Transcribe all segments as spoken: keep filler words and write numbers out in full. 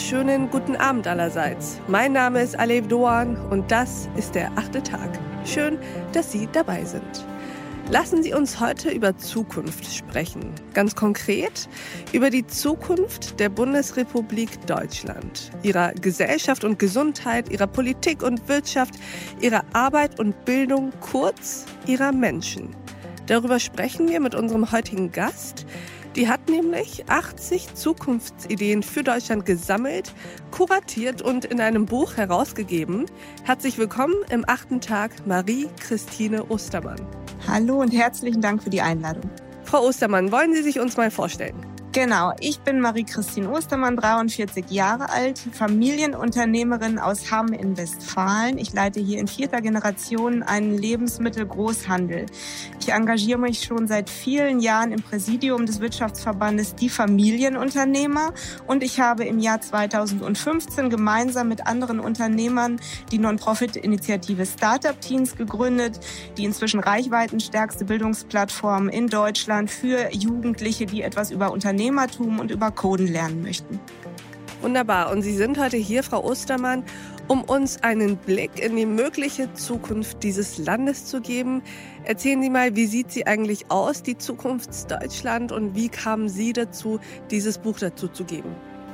wunderschönen guten Abend allerseits. Mein Name ist Alev Doan und das ist der achte Tag. Schön, dass Sie dabei sind. Lassen Sie uns heute über Zukunft sprechen. Ganz konkret über die Zukunft der Bundesrepublik Deutschland, ihrer Gesellschaft und Gesundheit, ihrer Politik und Wirtschaft, ihrer Arbeit und Bildung, kurz ihrer Menschen. Darüber sprechen wir mit unserem heutigen Gast. Die hat nämlich achtzig Zukunftsideen für Deutschland gesammelt, kuratiert und in einem Buch herausgegeben. Herzlich willkommen im achten Tag, Marie-Christine Ostermann. Hallo und herzlichen Dank für die Einladung. Frau Ostermann, wollen Sie sich uns mal vorstellen? Genau, ich bin Marie-Christine Ostermann, dreiundvierzig Jahre alt, Familienunternehmerin aus Hamm in Westfalen. Ich leite hier in vierter Generation einen Lebensmittelgroßhandel. Ich engagiere mich schon seit vielen Jahren im Präsidium des Wirtschaftsverbandes Die Familienunternehmer und ich habe im Jahr zweitausendfünfzehn gemeinsam mit anderen Unternehmern die Non-Profit-Initiative Startup Teens gegründet, die inzwischen reichweitenstärkste Bildungsplattform in Deutschland für Jugendliche, die etwas über Unternehmen und über Coden lernen möchten. Wunderbar. Und Sie sind heute hier, Frau Ostermann, um uns einen Blick in die mögliche Zukunft dieses Landes zu geben. Erzählen Sie mal, wie sieht sie eigentlich aus, die Zukunft Deutschland, und wie kamen Sie dazu, dieses Buch dazu zu geben?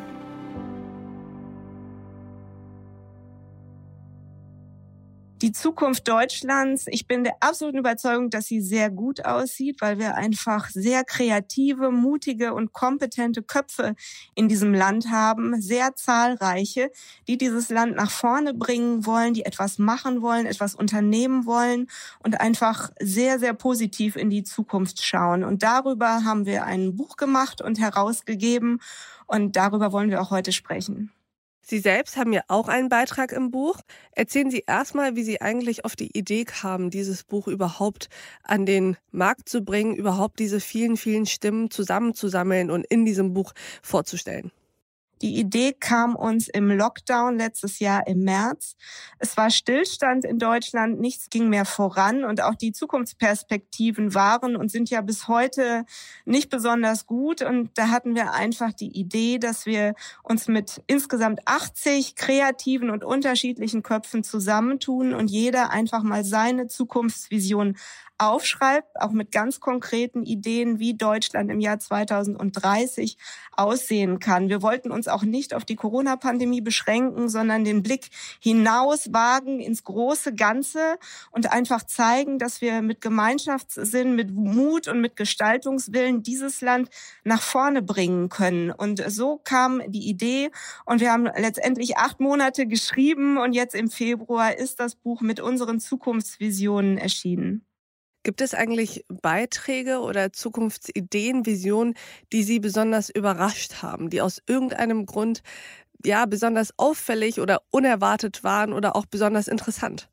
Die Zukunft Deutschlands, ich bin der absoluten Überzeugung, dass sie sehr gut aussieht, weil wir einfach sehr kreative, mutige und kompetente Köpfe in diesem Land haben, sehr zahlreiche, die dieses Land nach vorne bringen wollen, die etwas machen wollen, etwas unternehmen wollen und einfach sehr, sehr positiv in die Zukunft schauen. Und darüber haben wir ein Buch gemacht und herausgegeben und darüber wollen wir auch heute sprechen. Sie selbst haben ja auch einen Beitrag im Buch. Erzählen Sie erstmal, wie Sie eigentlich auf die Idee kamen, dieses Buch überhaupt an den Markt zu bringen, überhaupt diese vielen, vielen Stimmen zusammenzusammeln und in diesem Buch vorzustellen. Die Idee kam uns im Lockdown letztes Jahr im März. Es war Stillstand in Deutschland, nichts ging mehr voran und auch die Zukunftsperspektiven waren und sind ja bis heute nicht besonders gut. Und da hatten wir einfach die Idee, dass wir uns mit insgesamt achtzig kreativen und unterschiedlichen Köpfen zusammentun und jeder einfach mal seine Zukunftsvision aufschreibt, auch mit ganz konkreten Ideen, wie Deutschland im Jahr zweitausenddreißig aussehen kann. Wir wollten uns auch nicht auf die Corona-Pandemie beschränken, sondern den Blick hinaus wagen ins große Ganze und einfach zeigen, dass wir mit Gemeinschaftssinn, mit Mut und mit Gestaltungswillen dieses Land nach vorne bringen können. Und so kam die Idee und wir haben letztendlich acht Monate geschrieben und jetzt im Februar ist das Buch mit unseren Zukunftsvisionen erschienen. Gibt es eigentlich Beiträge oder Zukunftsideen, Visionen, die Sie besonders überrascht haben, die aus irgendeinem Grund ja besonders auffällig oder unerwartet waren oder auch besonders interessant?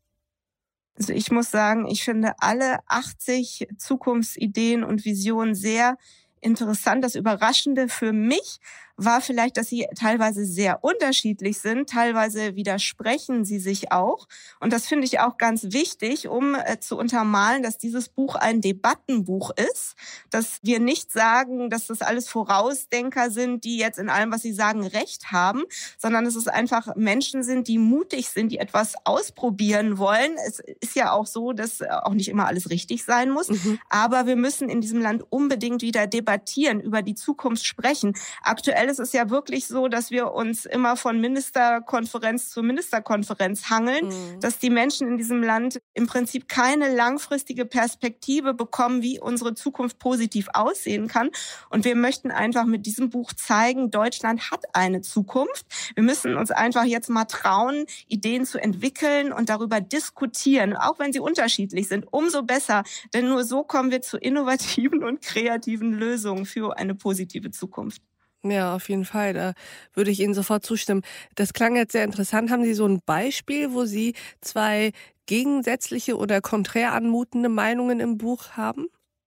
Also ich muss sagen, ich finde alle achtzig Zukunftsideen und Visionen sehr interessant. Das Überraschende für mich war vielleicht, dass sie teilweise sehr unterschiedlich sind, teilweise widersprechen sie sich auch. Und das finde ich auch ganz wichtig, um äh, zu untermalen, dass dieses Buch ein Debattenbuch ist, dass wir nicht sagen, dass das alles Vorausdenker sind, die jetzt in allem, was sie sagen, Recht haben, sondern dass es einfach Menschen sind, die mutig sind, die etwas ausprobieren wollen. Es ist ja auch so, dass auch nicht immer alles richtig sein muss, mhm. aber wir müssen in diesem Land unbedingt wieder debattieren, über die Zukunft sprechen. Aktuell ist es ja wirklich so, dass wir uns immer von Ministerkonferenz zu Ministerkonferenz hangeln, mhm. dass die Menschen in diesem Land im Prinzip keine langfristige Perspektive bekommen, wie unsere Zukunft positiv aussehen kann. Und wir möchten einfach mit diesem Buch zeigen, Deutschland hat eine Zukunft. Wir müssen uns einfach jetzt mal trauen, Ideen zu entwickeln und darüber diskutieren, auch wenn sie unterschiedlich sind, umso besser. Denn nur so kommen wir zu innovativen und kreativen Lösungen für eine positive Zukunft. Ja, auf jeden Fall. Da würde ich Ihnen sofort zustimmen. Das klang jetzt sehr interessant. Haben Sie so ein Beispiel, wo Sie zwei gegensätzliche oder konträr anmutende Meinungen im Buch haben?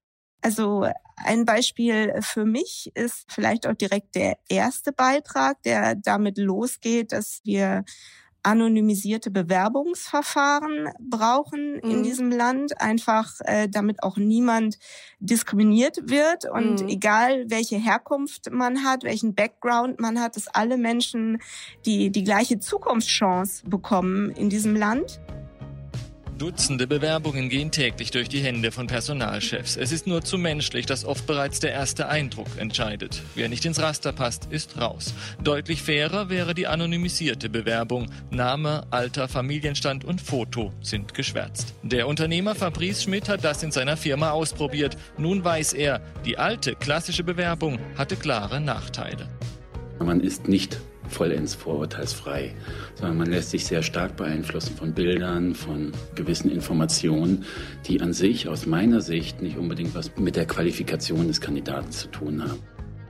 Also ein Beispiel für mich ist vielleicht auch direkt der erste Beitrag, der damit losgeht, dass wir anonymisierte Bewerbungsverfahren brauchen in Mhm. diesem Land, einfach äh, damit auch niemand diskriminiert wird und Mhm. egal welche Herkunft man hat, welchen Background man hat, dass alle Menschen die die gleiche Zukunftschance bekommen in diesem Land. Dutzende Bewerbungen gehen täglich durch die Hände von Personalchefs. Es ist nur zu menschlich, dass oft bereits der erste Eindruck entscheidet. Wer nicht ins Raster passt, ist raus. Deutlich fairer wäre die anonymisierte Bewerbung. Name, Alter, Familienstand und Foto sind geschwärzt. Der Unternehmer Fabrice Schmidt hat das in seiner Firma ausprobiert. Nun weiß er, die alte, klassische Bewerbung hatte klare Nachteile. Man ist nicht vollends vorurteilsfrei, sondern man lässt sich sehr stark beeinflussen von Bildern, von gewissen Informationen, die an sich, aus meiner Sicht, nicht unbedingt was mit der Qualifikation des Kandidaten zu tun haben.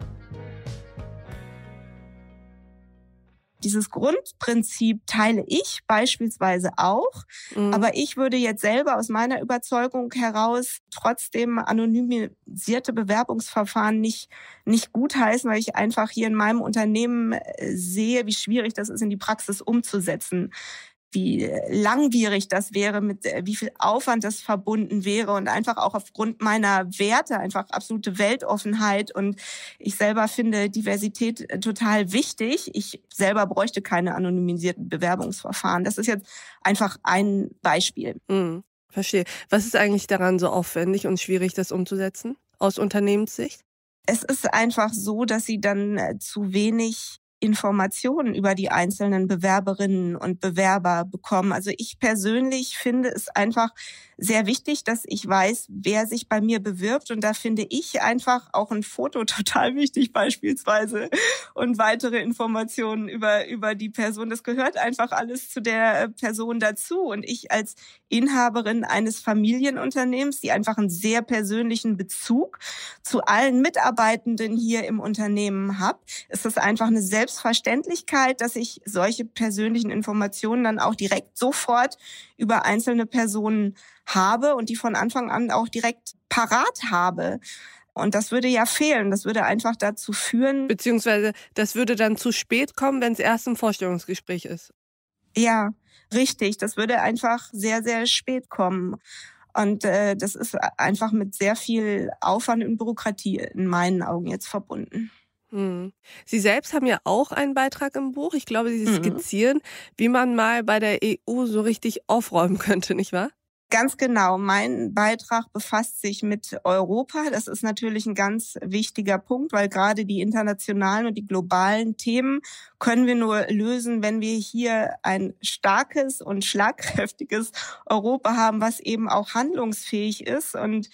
Dieses Grundprinzip teile ich beispielsweise auch, Mhm. aber ich würde jetzt selber aus meiner Überzeugung heraus trotzdem anonymisierte Bewerbungsverfahren nicht, nicht gutheißen, weil ich einfach hier in meinem Unternehmen äh, sehe, wie schwierig das ist, in die Praxis umzusetzen. Wie langwierig das wäre, mit äh, wie viel Aufwand das verbunden wäre und einfach auch aufgrund meiner Werte, einfach absolute Weltoffenheit und ich selber finde Diversität äh, total wichtig. Ich selber bräuchte keine anonymisierten Bewerbungsverfahren. Das ist jetzt einfach ein Beispiel. Mhm. Verstehe. Was ist eigentlich daran so aufwendig und schwierig, das umzusetzen, aus Unternehmenssicht? Es ist einfach so, dass sie dann äh, zu wenig Informationen über die einzelnen Bewerberinnen und Bewerber bekommen. Also ich persönlich finde es einfach sehr wichtig, dass ich weiß, wer sich bei mir bewirbt. Und da finde ich einfach auch ein Foto total wichtig beispielsweise und weitere Informationen über, über die Person. Das gehört einfach alles zu der Person dazu. Und ich als Inhaberin eines Familienunternehmens, die einfach einen sehr persönlichen Bezug zu allen Mitarbeitenden hier im Unternehmen habe, ist das einfach eine Selbstverständlichkeit, dass ich solche persönlichen Informationen dann auch direkt sofort über einzelne Personen habe und die von Anfang an auch direkt parat habe. Und das würde ja fehlen. Das würde einfach dazu führen. Beziehungsweise das würde dann zu spät kommen, wenn es erst im Vorstellungsgespräch ist. Ja, richtig. Das würde einfach sehr, sehr spät kommen. Und äh, das ist einfach mit sehr viel Aufwand und Bürokratie in meinen Augen jetzt verbunden. Hm. Sie selbst haben ja auch einen Beitrag im Buch. Ich glaube, Sie Mhm. skizzieren, wie man mal bei der E U so richtig aufräumen könnte, nicht wahr? Ganz genau. Mein Beitrag befasst sich mit Europa. Das ist natürlich ein ganz wichtiger Punkt, weil gerade die internationalen und die globalen Themen können wir nur lösen, wenn wir hier ein starkes und schlagkräftiges Europa haben, was eben auch handlungsfähig ist. Und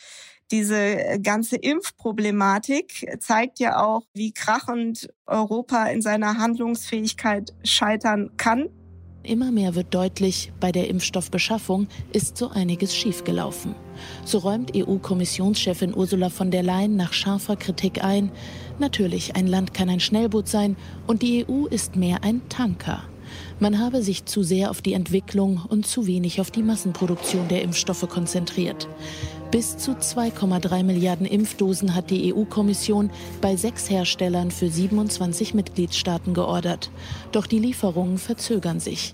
diese ganze Impfproblematik zeigt ja auch, wie krachend Europa in seiner Handlungsfähigkeit scheitern kann. Immer mehr wird deutlich, bei der Impfstoffbeschaffung ist so einiges schiefgelaufen. So räumt E U-Kommissionschefin Ursula von der Leyen nach scharfer Kritik ein. Natürlich, ein Land kann ein Schnellboot sein und die E U ist mehr ein Tanker. Man habe sich zu sehr auf die Entwicklung und zu wenig auf die Massenproduktion der Impfstoffe konzentriert. Bis zu zwei Komma drei Milliarden Impfdosen hat die E U-Kommission bei sechs Herstellern für siebenundzwanzig Mitgliedstaaten geordert. Doch die Lieferungen verzögern sich.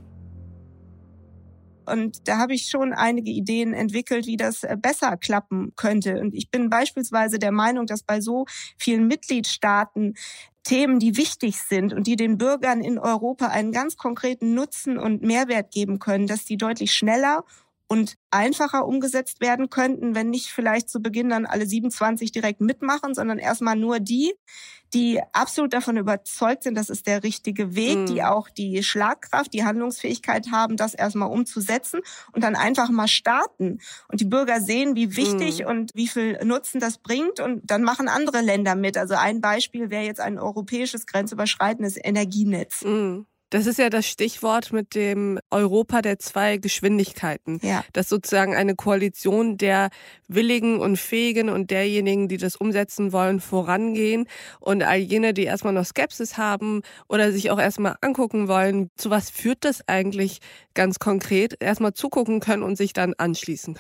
Und da habe ich schon einige Ideen entwickelt, wie das besser klappen könnte. Und ich bin beispielsweise der Meinung, dass bei so vielen Mitgliedstaaten Themen, die wichtig sind und die den Bürgern in Europa einen ganz konkreten Nutzen und Mehrwert geben können, dass die deutlich schneller und einfacher umgesetzt werden könnten, wenn nicht vielleicht zu Beginn dann alle siebenundzwanzig direkt mitmachen, sondern erstmal nur die, die absolut davon überzeugt sind, das ist der richtige Weg, Mhm. die auch die Schlagkraft, die Handlungsfähigkeit haben, das erstmal umzusetzen und dann einfach mal starten. Und die Bürger sehen, wie wichtig Mhm. und wie viel Nutzen das bringt und dann machen andere Länder mit. Also ein Beispiel wäre jetzt ein europäisches grenzüberschreitendes Energienetz. Mhm. Das ist ja das Stichwort mit dem Europa der zwei Geschwindigkeiten. Ja. Das ist sozusagen eine Koalition der Willigen und Fähigen und derjenigen, die das umsetzen wollen, vorangehen. Und all jene, die erstmal noch Skepsis haben oder sich auch erstmal angucken wollen, zu was führt das eigentlich ganz konkret, erstmal zugucken können und sich dann anschließen können.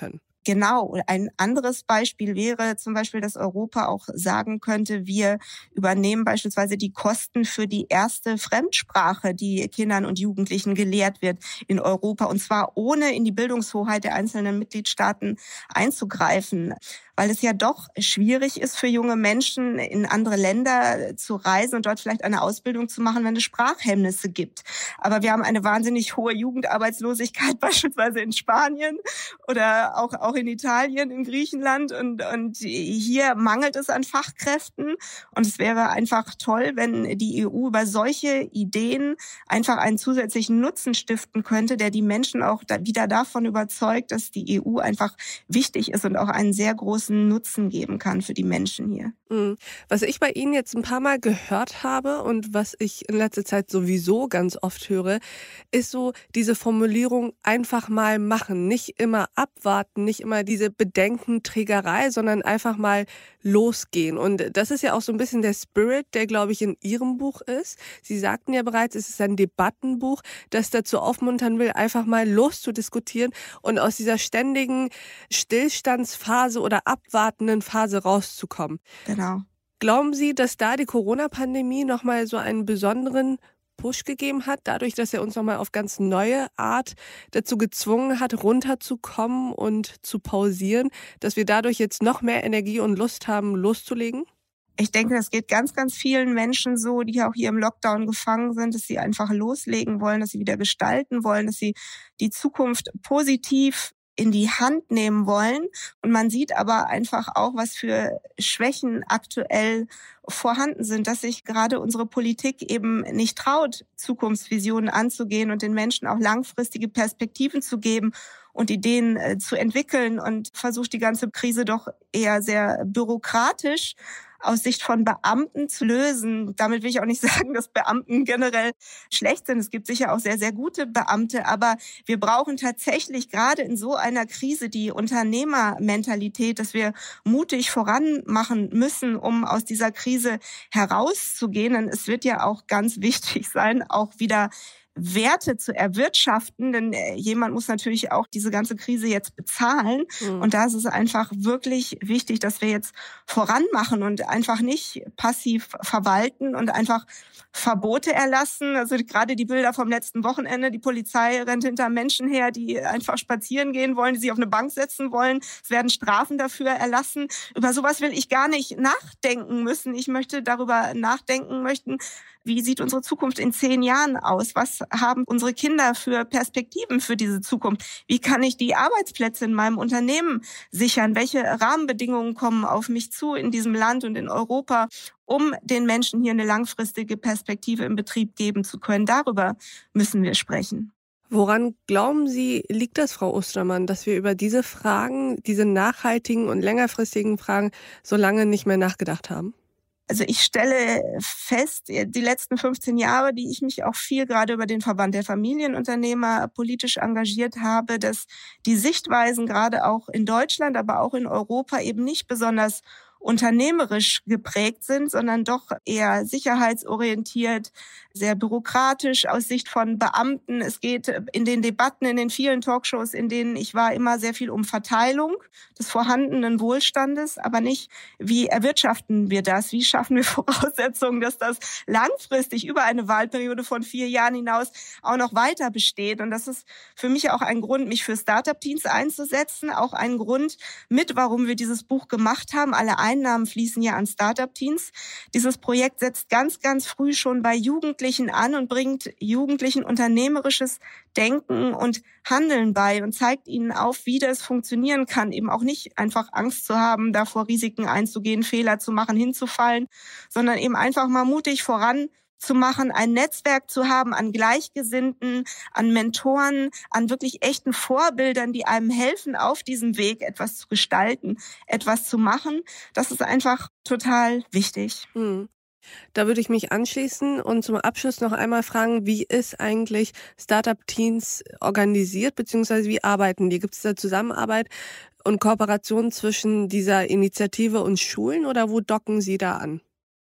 Genau. Ein anderes Beispiel wäre zum Beispiel, dass Europa auch sagen könnte, wir übernehmen beispielsweise die Kosten für die erste Fremdsprache, die Kindern und Jugendlichen gelehrt wird in Europa, und zwar ohne in die Bildungshoheit der einzelnen Mitgliedstaaten einzugreifen, weil es ja doch schwierig ist für junge Menschen, in andere Länder zu reisen und dort vielleicht eine Ausbildung zu machen, wenn es Sprachhemmnisse gibt. Aber wir haben eine wahnsinnig hohe Jugendarbeitslosigkeit beispielsweise in Spanien oder auch, auch in Italien, in Griechenland, und, und hier mangelt es an Fachkräften, und es wäre einfach toll, wenn die E U über solche Ideen einfach einen zusätzlichen Nutzen stiften könnte, der die Menschen auch da wieder davon überzeugt, dass die E U einfach wichtig ist und auch einen sehr großen Nutzen geben kann für die Menschen hier. Was ich bei Ihnen jetzt ein paar Mal gehört habe und was ich in letzter Zeit sowieso ganz oft höre, ist so diese Formulierung einfach mal machen. Nicht immer abwarten, nicht immer diese Bedenkenträgerei, sondern einfach mal losgehen. Und das ist ja auch so ein bisschen der Spirit, der, glaube ich, in Ihrem Buch ist. Sie sagten ja bereits, es ist ein Debattenbuch, das dazu aufmuntern will, einfach mal loszudiskutieren und aus dieser ständigen Stillstandsphase oder abwartenden Phase rauszukommen. Genau. Glauben Sie, dass da die Corona-Pandemie nochmal so einen besonderen Push gegeben hat, dadurch, dass er uns nochmal auf ganz neue Art dazu gezwungen hat, runterzukommen und zu pausieren, dass wir dadurch jetzt noch mehr Energie und Lust haben, loszulegen? Ich denke, das geht ganz, ganz vielen Menschen so, die auch hier im Lockdown gefangen sind, dass sie einfach loslegen wollen, dass sie wieder gestalten wollen, dass sie die Zukunft positiv in die Hand nehmen wollen. Und man sieht aber einfach auch, was für Schwächen aktuell vorhanden sind, dass sich gerade unsere Politik eben nicht traut, Zukunftsvisionen anzugehen und den Menschen auch langfristige Perspektiven zu geben und Ideen äh, zu entwickeln, und versucht die ganze Krise doch eher sehr bürokratisch aus Sicht von Beamten zu lösen. Damit will ich auch nicht sagen, dass Beamten generell schlecht sind. Es gibt sicher auch sehr, sehr gute Beamte, aber wir brauchen tatsächlich gerade in so einer Krise die Unternehmermentalität, dass wir mutig voranmachen müssen, um aus dieser Krise herauszugehen. Denn es wird ja auch ganz wichtig sein, auch wieder Werte zu erwirtschaften, denn jemand muss natürlich auch diese ganze Krise jetzt bezahlen. Mhm. Und da ist es einfach wirklich wichtig, dass wir jetzt voranmachen und einfach nicht passiv verwalten und einfach Verbote erlassen. Also gerade die Bilder vom letzten Wochenende, die Polizei rennt hinter Menschen her, die einfach spazieren gehen wollen, die sich auf eine Bank setzen wollen. Es werden Strafen dafür erlassen. Über sowas will ich gar nicht nachdenken müssen. Ich möchte darüber nachdenken möchten, wie sieht unsere Zukunft in zehn Jahren aus? Was haben unsere Kinder für Perspektiven für diese Zukunft? Wie kann ich die Arbeitsplätze in meinem Unternehmen sichern? Welche Rahmenbedingungen kommen auf mich zu in diesem Land und in Europa, um den Menschen hier eine langfristige Perspektive im Betrieb geben zu können? Darüber müssen wir sprechen. Woran glauben Sie, liegt das, Frau Ostermann, dass wir über diese Fragen, diese nachhaltigen und längerfristigen Fragen so lange nicht mehr nachgedacht haben? Also ich stelle fest, die letzten fünfzehn Jahre, die ich mich auch viel gerade über den Verband der Familienunternehmer politisch engagiert habe, dass die Sichtweisen gerade auch in Deutschland, aber auch in Europa eben nicht besonders unternehmerisch geprägt sind, sondern doch eher sicherheitsorientiert, sehr bürokratisch aus Sicht von Beamten. Es geht in den Debatten, in den vielen Talkshows, in denen ich war, immer sehr viel um Verteilung des vorhandenen Wohlstandes, aber nicht, wie erwirtschaften wir das? Wie schaffen wir Voraussetzungen, dass das langfristig über eine Wahlperiode von vier Jahren hinaus auch noch weiter besteht? Und das ist für mich auch ein Grund, mich für Startup-Teams einzusetzen, auch ein Grund mit, warum wir dieses Buch gemacht haben. Alle Einnahmen fließen ja an Startup-Teams. Dieses Projekt setzt ganz, ganz früh schon bei Jugendlichen an und bringt Jugendlichen unternehmerisches Denken und Handeln bei und zeigt ihnen auf, wie das funktionieren kann. Eben auch nicht einfach Angst zu haben, davor Risiken einzugehen, Fehler zu machen, hinzufallen, sondern eben einfach mal mutig voran zu machen, ein Netzwerk zu haben an Gleichgesinnten, an Mentoren, an wirklich echten Vorbildern, die einem helfen, auf diesem Weg etwas zu gestalten, etwas zu machen. Das ist einfach total wichtig. Mhm. Da würde ich mich anschließen und zum Abschluss noch einmal fragen, wie ist eigentlich Startup Teens organisiert, beziehungsweise wie arbeiten die? Gibt es da Zusammenarbeit und Kooperation zwischen dieser Initiative und Schulen oder wo docken Sie da an?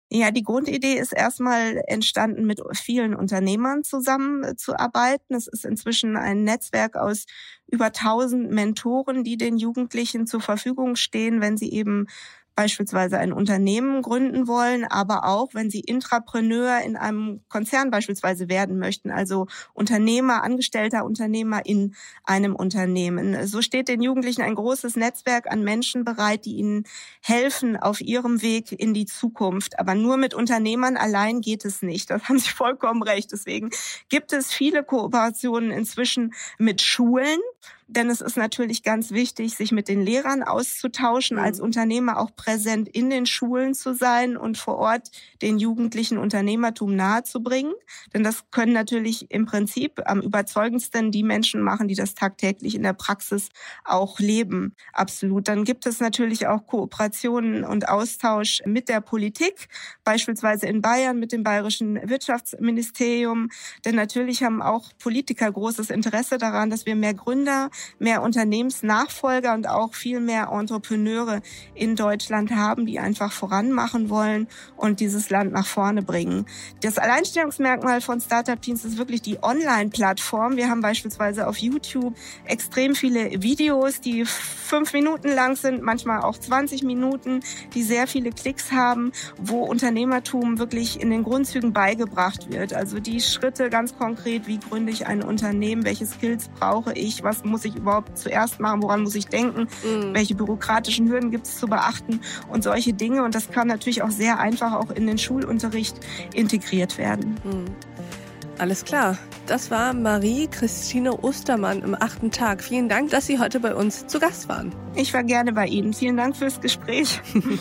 Ja, die Grundidee ist erstmal entstanden, mit vielen Unternehmern zusammenzuarbeiten. Es ist inzwischen ein Netzwerk aus über tausend Mentoren, die den Jugendlichen zur Verfügung stehen, wenn sie eben beispielsweise ein Unternehmen gründen wollen, aber auch, wenn sie Intrapreneur in einem Konzern beispielsweise werden möchten, also Unternehmer, angestellter Unternehmer in einem Unternehmen. So steht den Jugendlichen ein großes Netzwerk an Menschen bereit, die ihnen helfen auf ihrem Weg in die Zukunft. Aber nur mit Unternehmern allein geht es nicht. Das haben Sie vollkommen recht. Deswegen gibt es viele Kooperationen inzwischen mit Schulen. Denn es ist natürlich ganz wichtig, sich mit den Lehrern auszutauschen, als Unternehmer auch präsent in den Schulen zu sein und vor Ort den Jugendlichen Unternehmertum nahezubringen. Denn das können natürlich im Prinzip am überzeugendsten die Menschen machen, die das tagtäglich in der Praxis auch leben. Absolut. Dann gibt es natürlich auch Kooperationen und Austausch mit der Politik, beispielsweise in Bayern mit dem Bayerischen Wirtschaftsministerium. Denn natürlich haben auch Politiker großes Interesse daran, dass wir mehr Gründer, mehr Unternehmensnachfolger und auch viel mehr Entrepreneure in Deutschland haben, die einfach voranmachen wollen und dieses Land nach vorne bringen. Das Alleinstellungsmerkmal von Startup Teens ist wirklich die Online-Plattform. Wir haben beispielsweise auf YouTube extrem viele Videos, die fünf Minuten lang sind, manchmal auch zwanzig Minuten, die sehr viele Klicks haben, wo Unternehmertum wirklich in den Grundzügen beigebracht wird. Also die Schritte ganz konkret, wie gründe ich ein Unternehmen, welche Skills brauche ich, was muss ich überhaupt zuerst machen, woran muss ich denken, mhm. welche bürokratischen Hürden gibt es zu beachten und solche Dinge. Und das kann natürlich auch sehr einfach auch in den Schulunterricht integriert werden. Mhm. Alles klar. Das war Marie-Christine Ostermann im achten Tag. Vielen Dank, dass Sie heute bei uns zu Gast waren. Ich war gerne bei Ihnen. Vielen Dank fürs Gespräch.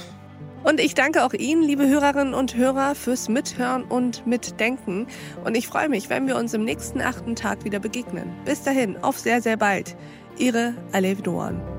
Und ich danke auch Ihnen, liebe Hörerinnen und Hörer, fürs Mithören und Mitdenken. Und ich freue mich, wenn wir uns im nächsten achten Tag wieder begegnen. Bis dahin, auf sehr, sehr bald. Ihre Alev Doğan.